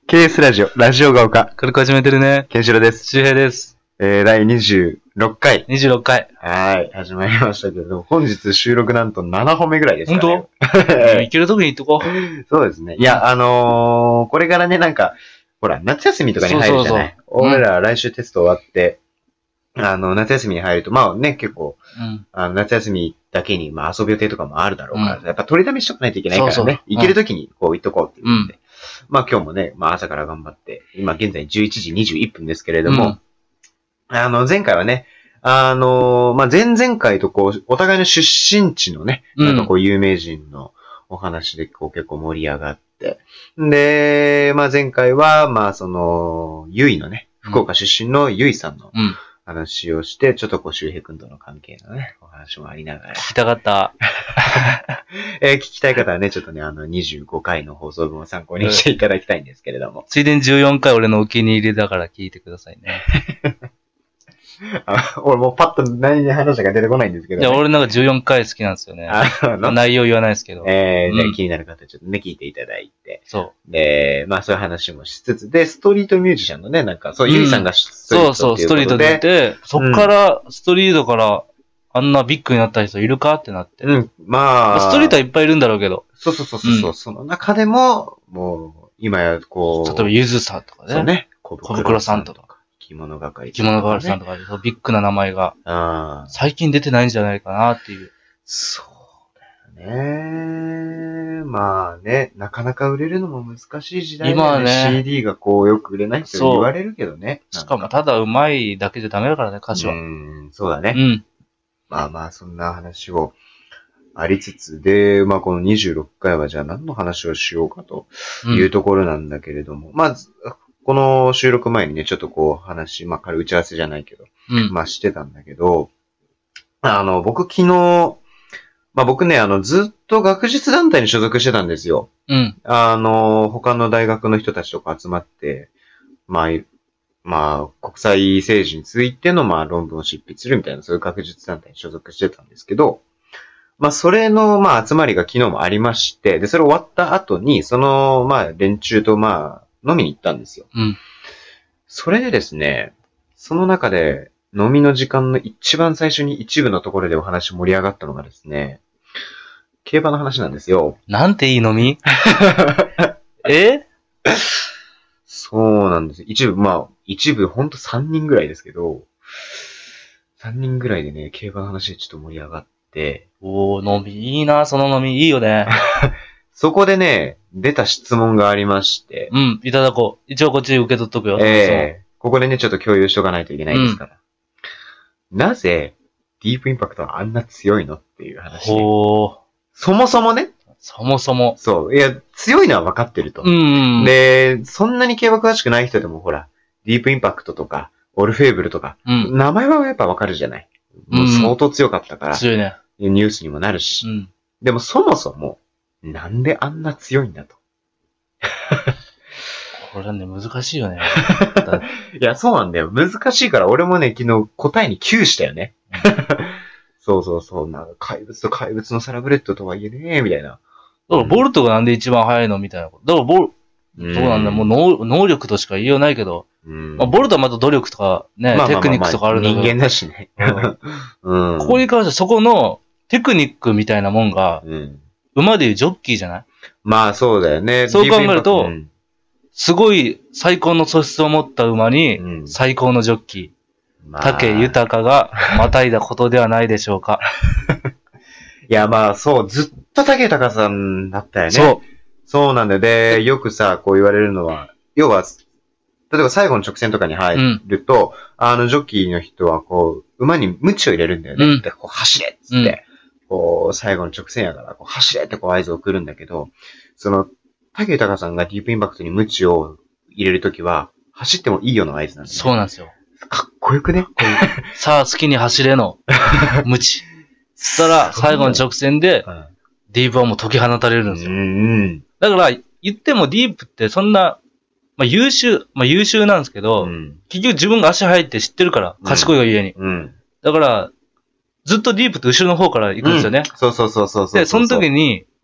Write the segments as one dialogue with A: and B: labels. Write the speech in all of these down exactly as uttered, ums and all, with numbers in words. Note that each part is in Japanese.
A: ケーエス ラジオ、ラジオが丘、
B: 軽く始めてるね。
A: ケンシロウです。
B: 周平です。
A: えー、だいにじゅうろっかい。
B: にじゅうろっかい。
A: はい、始まりましたけど、本日収録なんとななほんめぐらいですかね。
B: 本当いけるときに言っとこう。
A: そうですね。いや、あのー、これからね、なんか、ほら、夏休みとかに入るじゃない。そうそうそう俺ら来週テスト終わって、うん、あの、夏休みに入ると、まあね、結構、うん、あの夏休みだけに、まあ遊ぶ予定とかもあるだろうから、うん、やっぱ取りだめしとかないといけないからね。そうそう行けるときにこう言っとこうっていうことで。うんまあ今日もね、まあ朝から頑張って、今現在じゅういちじにじゅういっぷんですけれども、うん、あの前回はね、あのー、まあ前々回とこう、お互いの出身地のね、なんかこう有名人のお話でこう結構盛り上がって、で、まあ前回は、まあその、ゆいのね、福岡出身のゆいさんの話をして、ちょっとこう周平君との関係のね、お話もありながら。
B: 聞きたかった。
A: えー、聞きたい方はね、ちょっとね、あの、にじゅうごかいの放送分を参考にしていただきたいんですけれども。
B: ついでにじゅうよんかい俺のお気に入りだから聞いてくださいね。
A: あ俺もうパッと何に話が出てこないんですけど、
B: ね。いや、俺なんかじゅうよんかい好きなんですよね。内容言わないですけど。
A: えー、ね、うん、気になる方ちょっとね、聞いていただいて。
B: そう。
A: で、まあそういう話もしつつ、で、ストリートミュージシャンのね、なんか、そう、ゆいさんがストリートっていうことで、うん、そうそう、
B: ストリートで出て、そっから、ストリートから、あんなビッグになった人いるかってなって。
A: うん、まあ。
B: ストリートはいっぱいいるんだろうけど。
A: そうそうそうそう、うん、その中でも、もう、今や、こう。
B: 例えば、ゆずさんとかね。
A: そうね。
B: 小袋さんとか。
A: 着物係、
B: ね。着物係さんとかで、ビッグな名前が。最近出てないんじゃないかなっていう。
A: そうだよね。まあね、なかなか売れるのも難しい時代だ
B: よね。
A: 今ね。シーディー がこうよく売れないって言われるけどね。
B: しかもただ上手いだけじゃダメだからね、歌詞は。
A: うん、そうだね。
B: うん。
A: まあまあ、そんな話をありつつで、まあこのにじゅうろっかいはじゃあ何の話をしようかというところなんだけれども、うん、まあ、この収録前にね、ちょっとこう話、まあ軽打ち合わせじゃないけど、うん、まあしてたんだけど、あの、僕昨日、まあ僕ね、あの、ずっと学術団体に所属してたんですよ。
B: うん。
A: あの、他の大学の人たちとか集まって、まあ、まあ、国際政治についての、まあ、論文を執筆するみたいな、そういう学術団体に所属してたんですけど、まあ、それの、まあ、集まりが昨日もありまして、で、それ終わった後に、その、まあ、連中と、まあ、飲みに行ったんですよ。
B: うん。
A: それでですね、その中で、飲みの時間の一番最初に一部のところでお話盛り上がったのがですね、競馬の話なんですよ。
B: なんていい飲みえ
A: そうなんです。一部、まあ、一部ほんとさんにんぐらいですけど、さんにんぐらいでね、競馬の話でちょっと盛り上がって。
B: おー、飲みいいな、その飲みいいよね。
A: そこでね、出た質問がありまして。
B: うん、いただこう。一応こっちで受け取っとくよ。
A: ええー、ここでね、ちょっと共有しとかないといけないですから。うん、なぜ、ディープインパクトはあんな強いのっていう話、ね。
B: ほー。
A: そもそもね。
B: そもそも。
A: そう。いや、強いのは分かってると。
B: うん、うん。
A: で、そんなに競馬詳しくない人でもほら、ディープインパクトとか、オルフェーブルとか、うん、名前はやっぱ分かるじゃない。もう相当強かったから。
B: うん、強いね。
A: ニュースにもなるし。
B: うん、
A: でもそもそも、なんであんな強いんだと。
B: これはね、難しいよね。
A: いや、そうなんだよ。難しいから俺もね、昨日答えにきゅうしたよね。そうそうそう。なんか怪物と怪物のサラブレッドとはいえねえ、みたいな。
B: だからボルトがなんで一番速いのみたいなこと。だからボル、うん、どうなんだもう能能力としか言いようないけど。うんまあ、ボルトはまた努力とかね、まあまあまあまあ、テクニックとかあるんだけど。
A: 人間だしね。
B: うん、ここに関してはそこのテクニックみたいなもんが、うん、馬でいうジョッキーじゃない
A: まあそうだよね。
B: そう考えると、うん、すごい最高の素質を持った馬に、最高のジョッキー。まあ、武豊がまたいだことではないでしょうか。
A: いや、まあ、そう、ずっと武豊さんだったよね。
B: そう。
A: そうなんだよ。で、よくさ、こう言われるのは、要は、例えば最後の直線とかに入ると、うん、あの、ジョッキーの人は、こう、馬に鞭を入れるんだよね。うん、で、こう、走れっつって、うん、こう、最後の直線やから、こう、走れってこう合図を送るんだけど、その、武豊さんがディープインパクトに鞭を入れるときは、走ってもいいよの合図なんだよね。
B: そうなんですよ。
A: かっこよくね
B: さあ、好きに走れの、無知。そしたら、最後の直線で、ディープはもう解き放たれるんですよ。
A: うんうん、
B: だから、言ってもディープってそんな、まあ優秀、まあ優秀なんですけど、うん、結局自分が足速いって知ってるから、賢いがゆえに。
A: うん、
B: だから、ずっとディープって後ろの方から行くんですよね。
A: うん、そうそうそうそうそう。
B: で、その時に、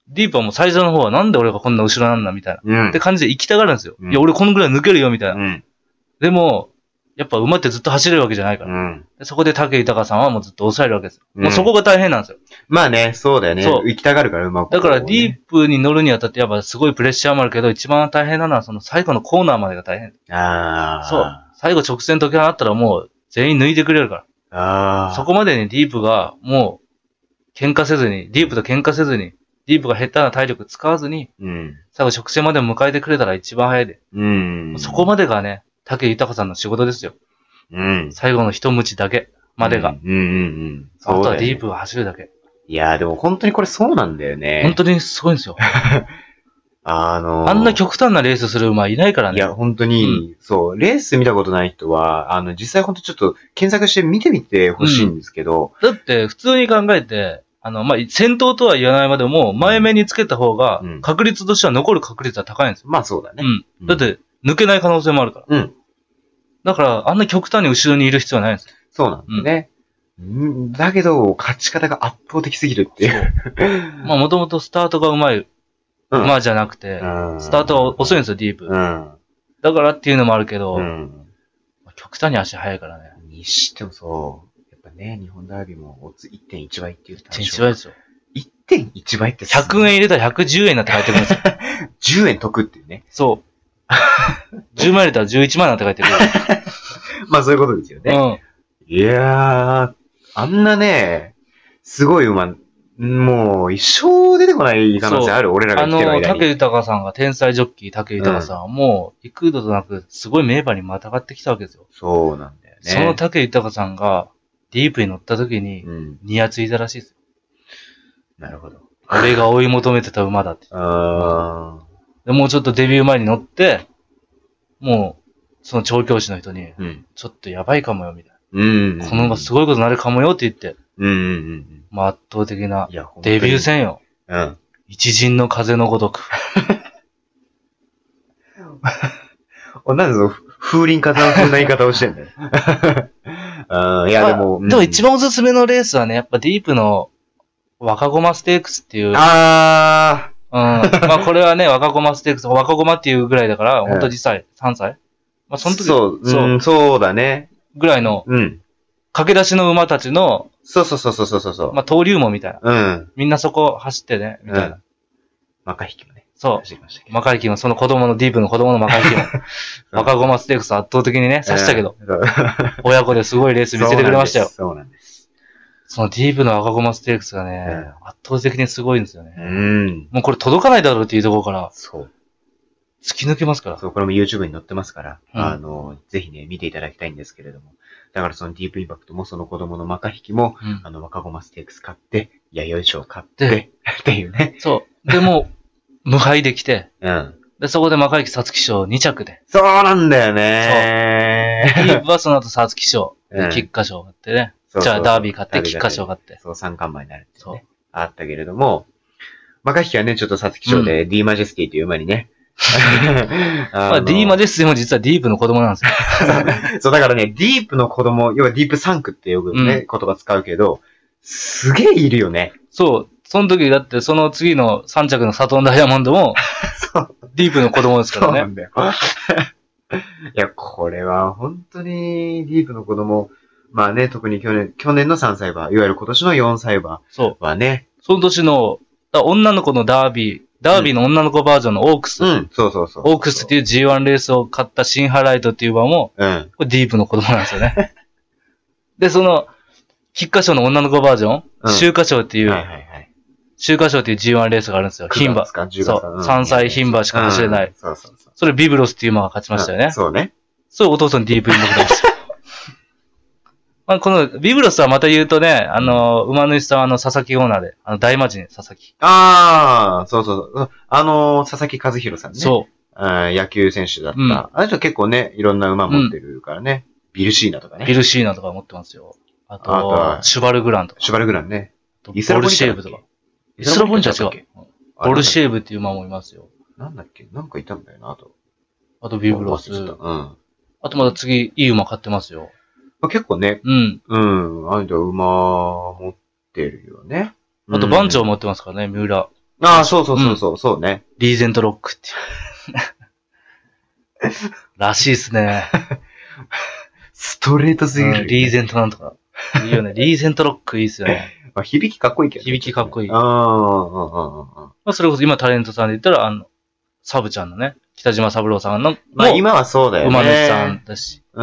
B: ディープはもう最初の方はなんで俺がこんな後ろなんだみたいな。
A: うん。
B: って感じで行きたがるんですよ。
A: うん、
B: いや、俺このぐらい抜けるよみたいな。
A: うん。
B: でも、やっぱ馬ってずっと走れるわけじゃないから。
A: うん。
B: そこで武豊さんはもうずっと抑えるわけですよ。うん、もうそこが大変なんですよ。
A: まあね、そうだよね。そう。行きたがるから馬を、ね。
B: だからディープに乗るにあたってやっぱすごいプレッシャーもあるけど、一番大変なのはその最後のコーナーまでが大変。
A: ああ。
B: そう。最後直線解き放ったらもう全員抜いてくれるから。
A: ああ。
B: そこまでにディープがもう喧嘩せずに、ディープと喧嘩せずに、ディープが下手な体力使わずに、うん、最後直線まで迎えてくれたら一番早いで。うん、そこまでがね、武豊さんの仕事ですよ。うん、最後の一鞭だけまでが。うんうんうん、あとはディープが走るだけ。
A: いやーでも本当にこれそうなんだよね。
B: 本当にすごいんですよ。
A: あのー、
B: あんな極端なレースする馬いないからね。
A: いや、本当に、うん、そう、レース見たことない人は、あの、実際本当ちょっと検索して見てみてほしいんですけど、
B: うん。だって普通に考えて、あの、まあ、先頭とは言わないまでも、前目につけた方が、確率としては残る確率は高いんですよ。
A: まあそうだね。
B: うん。だって、抜けない可能性もあるから。うん。だから、あんな極端に後ろにいる必要はないんですよ。
A: そうなんだね。うん。だけど、勝ち方が圧倒的すぎるっていう。
B: まあ、もともとスタートが上手い馬じゃなくて、うん、スタートは遅いんですよ、ディープ。うん。だからっていうのもあるけど、うん。極端に足速いからね。
A: にしてもそう。ね、日本ダービーもオッズ いってんいち 倍っていう
B: 対象。いってんいち 倍ですよ。
A: いってんいち 倍って
B: ひゃくえん入れたらひゃくじゅうえんになって帰ってくるんですよ。
A: じゅうえん得っていうね。
B: そう。じゅうまん入れたらじゅういちまんになって帰ってくる。
A: まあそういうことですよね。うん。いやー、あんなね、すごい馬、もう一生出てこない可能性ある、俺らが生きてる間に。
B: あの、武豊さんが天才ジョッキー、武豊さんはもう幾度となくすごい名馬にまたがってきたわけですよ。
A: そうなんだよね。
B: その武豊さんがディープに乗った時にニヤついたらしいですよ。
A: うん、なるほど。
B: 俺が追い求めてた馬だって。あでもうちょっとデビュー前に乗って、もうその調教師の人に、うん、ちょっとやばいかもよ、みたいな。うんうんうん、この馬すごいことになるかもよって言って。うんうんうん、まあ圧倒的なデビュー戦よ。うん、一陣の風のごとく。
A: なんでその風林火山風な言い方をしてんだよ。あいや、でも、
B: まあ、でも一番おすすめのレースはね、やっぱディープの若駒ステークスっていう。
A: あ
B: あ。うん。まあこれはね、若駒ステークス、若駒っていうぐらいだから、うん、ほんと実際さんさいまあその時
A: そう、そう、うん、そうだね。
B: ぐらいの、うん。駆け出しの馬たちの、
A: そうそうそうそうそうそう。
B: まあ登竜門みたいな。うん。みんなそこ走ってね、みたいな。
A: マカヒキもね。
B: そう。マカヒキも、その子供のディープの子供のマカヒキも。若駒ステークス圧倒的にね、刺したけど。親子ですごいレース見せてくれましたよ。
A: そうなんです。
B: そのディープの若駒ステークスがね、圧倒的にすごいんですよね。うん。もうこれ届かないだろうっていうところから。そう。突き抜けますから。
A: そう、これも YouTube に載ってますから、うん、あの、ぜひね、見ていただきたいんですけれども。だからそのディープインパクトもその子供のマカヒキも、うん、あの、若駒ステークス買って、弥生賞買って、っていうね。
B: そう。でも、無敗できて、うん。で、そこでマカヒキ皐月賞に着で。
A: そうなんだよね
B: そう。ディープはその後皐月賞、うん、菊花賞買ってね。そうそうそうじゃあダービー買って、菊花賞買って。
A: そう、三冠馬になるってね。そう。あったけれども、マカヒキはね、ちょっと皐月賞で、うん、D マジェスティという馬にね、
B: まあ、D マジェスティも実はディープの子供なんですよ。
A: そう、だからね、ディープの子供、要はディープサンクってよくね、うん、言葉使うけど、すげえいるよね。
B: そう。その時だって、その次のさん着のサトンダイヤモンドも、ディープの子供ですからね。そうなんだよ。
A: いや、これは本当にディープの子供、まあね、特に去年、去年のさんさい馬、いわゆる今年のよんさい馬はね。
B: その年の、女の子のダービー、ダービーの女の子バージョンのオークス。
A: うん、そうそうそう。
B: オークスっていう ジーワン レースを買ったシンハライトっていう馬も、うん、これディープの子供なんですよね。で、その、菊花賞の女の子バージョン、うん、秋華賞っていう、はいはいはい、秋華賞っていう ジーワン レースがあるんですよ。牝馬。そう。さんさい牝馬しか走れない。うん、そうそうそう。それビブロスっていう馬が勝ちましたよね。うん、
A: そうね。
B: それお父さんディープインパクトですよ。まあ、このビブロスはまた言うとね、あの、馬主さんはあの、佐々木オーナーで、あの、大魔神佐々木。
A: ああ、そうそうそう。あの、佐々木和弘さんね。
B: そう。
A: あ野球選手だった。うん、あの人結構ね、いろんな馬持ってるからね。うん、ビルシーナとかね。
B: ビルシーナとか持ってますよ。あと、あとはシュバルグランとか。
A: シュバルグランね。
B: ボルシェーブとか。イスラボンチャ違う。ボルシェーブっていう馬もいますよ。
A: なんだっけなんかいたんだよな、あと。
B: あとビブロス。うん。あとまた次、いい馬買ってますよ。
A: 結構ね。うん。うん。あの人は馬持ってるよね。
B: あと番長持ってますからね、三浦。
A: ああ、そうそうそうそう、うん、そうね。
B: リーゼントロックっていう。らしいっすね。
A: ストレートすぎる、ね
B: うん。リーゼントなんとか。いいよね。リーゼントロックいいっすよね。
A: まあ、響きかっこいいけど、
B: ね。響きかっこいい。
A: ああ、ああ、ああ。
B: まあ、それこそ今タレントさんで言ったら、あの、サブちゃんのね、北島三郎さんの、
A: まあ今はそうだよね。
B: 馬主さんだし。
A: うん、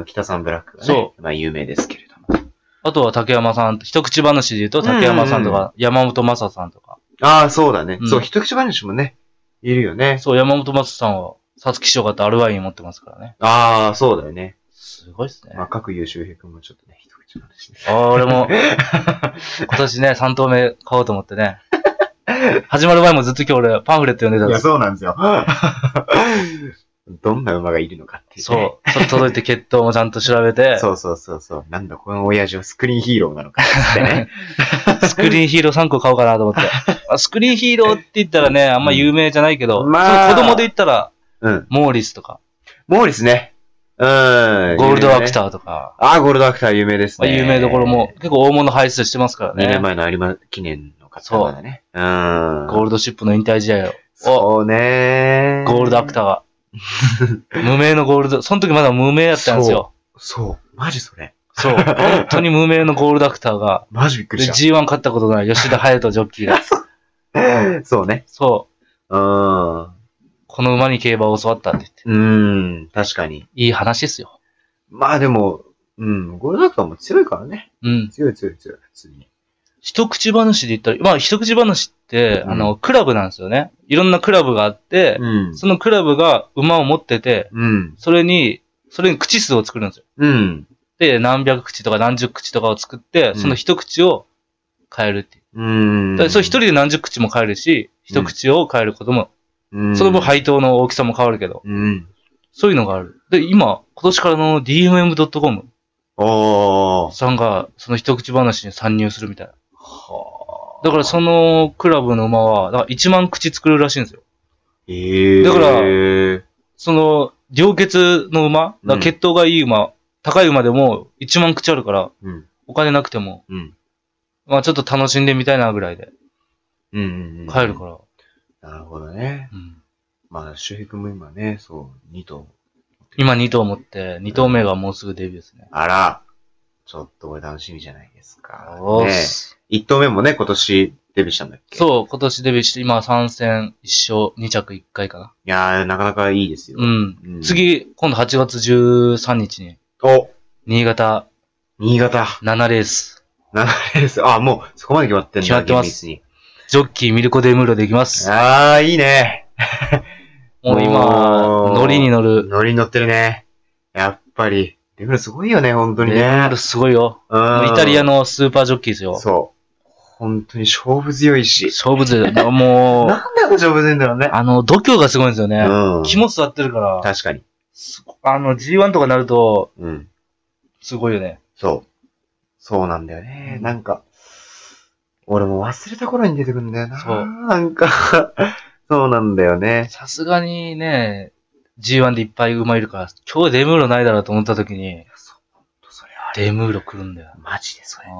A: 北さんブラックがね。そう。まあ有名ですけれども。
B: あとは竹山さん、一口話で言うと竹山さんとか、山本昌さんとか。
A: ああ、そうだね。うん、そう、一口話もね、いるよね。
B: そう、山本昌さんは、皐月賞があってアルバイン持ってますからね。
A: ああ、そうだよね。
B: すごいっすね。
A: まあ、各優秀平君もちょっとね、一口話ね。
B: ああ、俺も、今年ね、さん頭目買おうと思ってね。始まる前もずっと今日俺パンフレット読んでたんです。
A: いや、そうなんですよ。どんな馬がいるのかっていう、
B: ね。そう。それ届いて血統もちゃんと調べて。
A: そうそうそうそう。なんだ、この親父はスクリーンヒーローなのかってね。
B: スクリーンヒーローさんこ買おうかなと思って。スクリーンヒーローって言ったらね、あんま有名じゃないけど、うん、まあ、その子供で言ったら、うん、モーリスとか。
A: モーリスね。うん。
B: ゴールドアクターとか。
A: ああ、ゴールドアクター有名ですね。
B: まあ、有名どころも結構大物輩出してますからね。
A: にねんまえの有馬記念の方だね。そう。うん。
B: ゴールドシップの引退試合を。
A: そうね。
B: ゴールドアクターが。無名のゴールド、その時まだ無名やったんですよ。
A: そう。そう。マジそれ。
B: そう。本当に無名のゴールドアクターが。
A: マジびっくりした。
B: ジーワン 勝ったことない吉田隼人ジョッキー
A: が。そうね。
B: そう。
A: うん。
B: この馬に競馬を教わったって言って。
A: うーん、確かに。
B: いい話ですよ。
A: まあでも、うん、ゴールドアクターも強いからね。
B: うん。
A: 強い強い強い、普通に。
B: 一口話で言ったら、まあ一口話って、うん、あの、クラブなんですよね。いろんなクラブがあって、うん、そのクラブが馬を持ってて、うん、それに、それに口数を作るんですよ。うん、で、何百口とか何十口とかを作って、うん、その一口を変えるっていう。うん、だからそれ一人で何十口も変えるし、一口を変えることも、うん、その分配当の大きさも変わるけど、うん、そういうのがある。で、今、今年からの ディーエムエムドットコム さんが、その一口話に参入するみたいな。だからそのクラブの馬は、だからいちまん口作るらしいんですよ。
A: えー、
B: だから、その、良血の馬、だから血統がいい馬、うん、高い馬でもいちまん口あるから、うん、お金なくても、うん、まあちょっと楽しんでみたいなぐらいで、うんうんうん、買えるから。
A: なるほどね。うん、まあ、周平君も今ね、そう、に頭。
B: 今に頭持って、に頭目がもうすぐデビューですね。
A: あら、ちょっとこれ楽しみじゃないですか。ね、いち頭目もね、今年デビューしたんだっけ？
B: そう、今年デビューして、今さん戦いっ勝、に着いっかいかな。
A: いやー、なかなかいいですよ。
B: うん。うん、次、今度はちがつじゅうさんにちに。
A: お
B: 新潟。
A: 新潟。
B: ななレース。
A: ななレース。あ、もう、そこまで決まってんだ。
B: 決まってます。ジョッキーミルコ・デムーロできます。
A: あー、いいね。
B: もう今、ノリに乗る。
A: ノリに乗ってるね。やっぱり。デムーロすごいよね、本当にね。
B: デムーロすごいよ。イタリアのスーパージョッキーですよ。
A: そう。本当に勝負強いし。
B: 勝負強い。もう。
A: なんであの勝負強いんだろうね。
B: あの、度胸がすごいんですよね。うん。肝座ってるから。
A: 確かに。
B: あの、ジーワン とかになると、うん。すごいよね。
A: そう。そうなんだよね。なんか、俺も忘れた頃に出てくるんだよな。そう。なんか、そうなんだよね。
B: さすがにね、ジーワン でいっぱい馬いるから、今日デムーロないだろうと思った時に、
A: それ
B: デムーロ来るんだよ。
A: マジでそれ。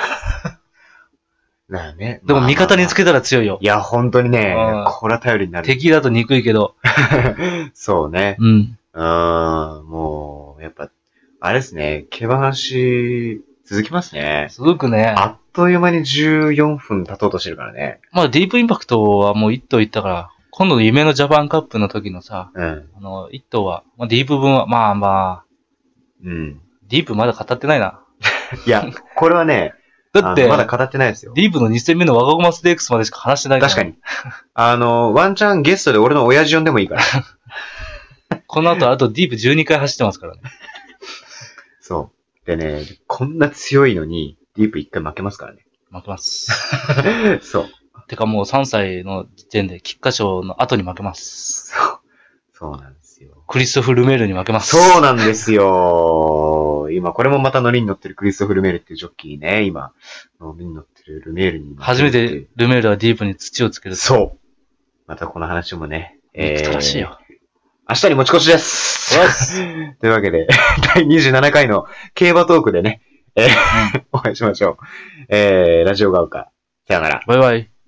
A: だよね。
B: でも味方につけたら強いよ。
A: いや、本当にね、これは頼りになる。
B: 敵だと憎いけど。
A: そうね。うん。うん、もう、やっぱ、あれですね、毛羽話、続きますね。
B: 続くね。
A: あっという間にじゅうよんぷん経とうとしてるからね。
B: まあ、ディープインパクトはもう一頭いったから、今度の夢のジャパンカップの時のさ、うん、あの、一頭は、まあ、ディープ分は、まあまあ、うん。ディープまだ語ってないな。
A: いや、これはね、だって、まだ語ってないですよ。
B: ディープのに戦目のワガゴマステークスまでしか話してないから。
A: 確かに。あの、ワンチャンゲストで俺の親父呼んでもいいから。
B: この後、あとディープじゅうにかい走ってますからね。
A: そう。でね、こんな強いのに、ディープいっかい負けますからね。
B: 負けます。
A: そう。
B: てかもうさんさいの時点で菊花賞の後に負けます。
A: そう。そうなんですよ。
B: クリストフ・ルメールに負けます。
A: そうなんですよ。今、これもまたノリに乗ってるクリストフ・ルメールっていうジョッキーね、今、ノリに乗ってるルメールに。
B: 初めてルメールはディープに土をつける。
A: そう。またこの話もね、
B: えー、らしいよ。
A: 明日に持ち越しです。というわけで、だいにじゅうななかいの競馬トークでね、えーうん、お会いしましょう。えー、ラジオが丘。さよなら。
B: バイバイ。